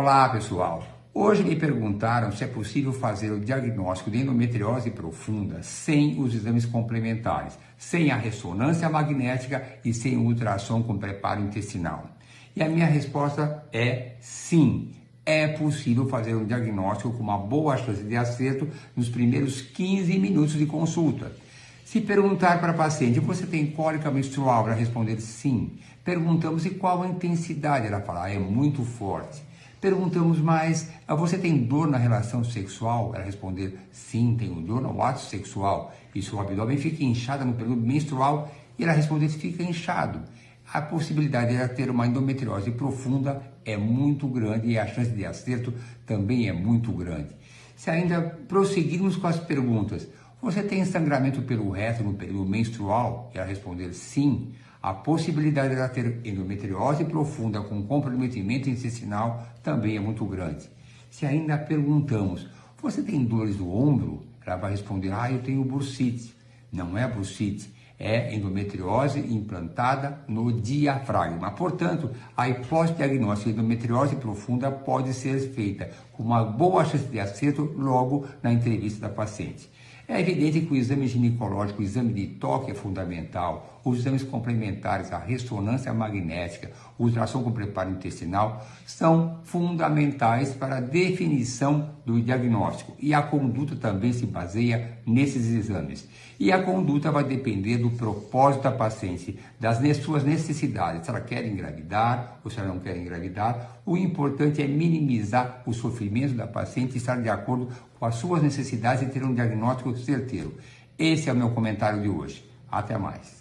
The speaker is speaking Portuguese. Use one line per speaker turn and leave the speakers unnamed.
Olá pessoal, hoje me perguntaram se é possível fazer o diagnóstico de endometriose profunda sem os exames complementares, sem a ressonância magnética e sem o ultrassom com preparo intestinal. E a minha resposta é sim, é possível fazer um diagnóstico com uma boa chance de acerto nos primeiros 15 minutos de consulta. Se perguntar para a paciente, você tem cólica menstrual? Ela responder sim. Perguntamos e qual a intensidade? Ela fala, é muito forte. Perguntamos mais, você tem dor na relação sexual? Ela responder, sim, tenho dor no ato sexual. E seu abdômen fica inchado no período menstrual? E ela responder, fica inchado. A possibilidade de ela ter uma endometriose profunda é muito grande e a chance de acerto também é muito grande. Se ainda prosseguirmos com as perguntas, você tem sangramento pelo reto no período menstrual? E ela responder sim, a possibilidade de ela ter endometriose profunda com comprometimento intestinal também é muito grande. Se ainda perguntamos, você tem dores do ombro? Ela vai responder, eu tenho bursite. Não é bursite, é endometriose implantada no diafragma. Portanto, a hipótese diagnóstica de endometriose profunda pode ser feita com uma boa chance de acerto logo na entrevista da paciente. É evidente que o exame ginecológico, o exame de toque é fundamental, os exames complementares, a ressonância magnética, o ultrassom com preparo intestinal são fundamentais para a definição do diagnóstico e a conduta também se baseia nesses exames. E a conduta vai depender do propósito da paciente, das suas necessidades, se ela quer engravidar ou se ela não quer engravidar. O importante é minimizar o sofrimento da paciente e estar de acordo com as suas necessidades e ter um diagnóstico certeiro. Esse é o meu comentário de hoje. Até mais.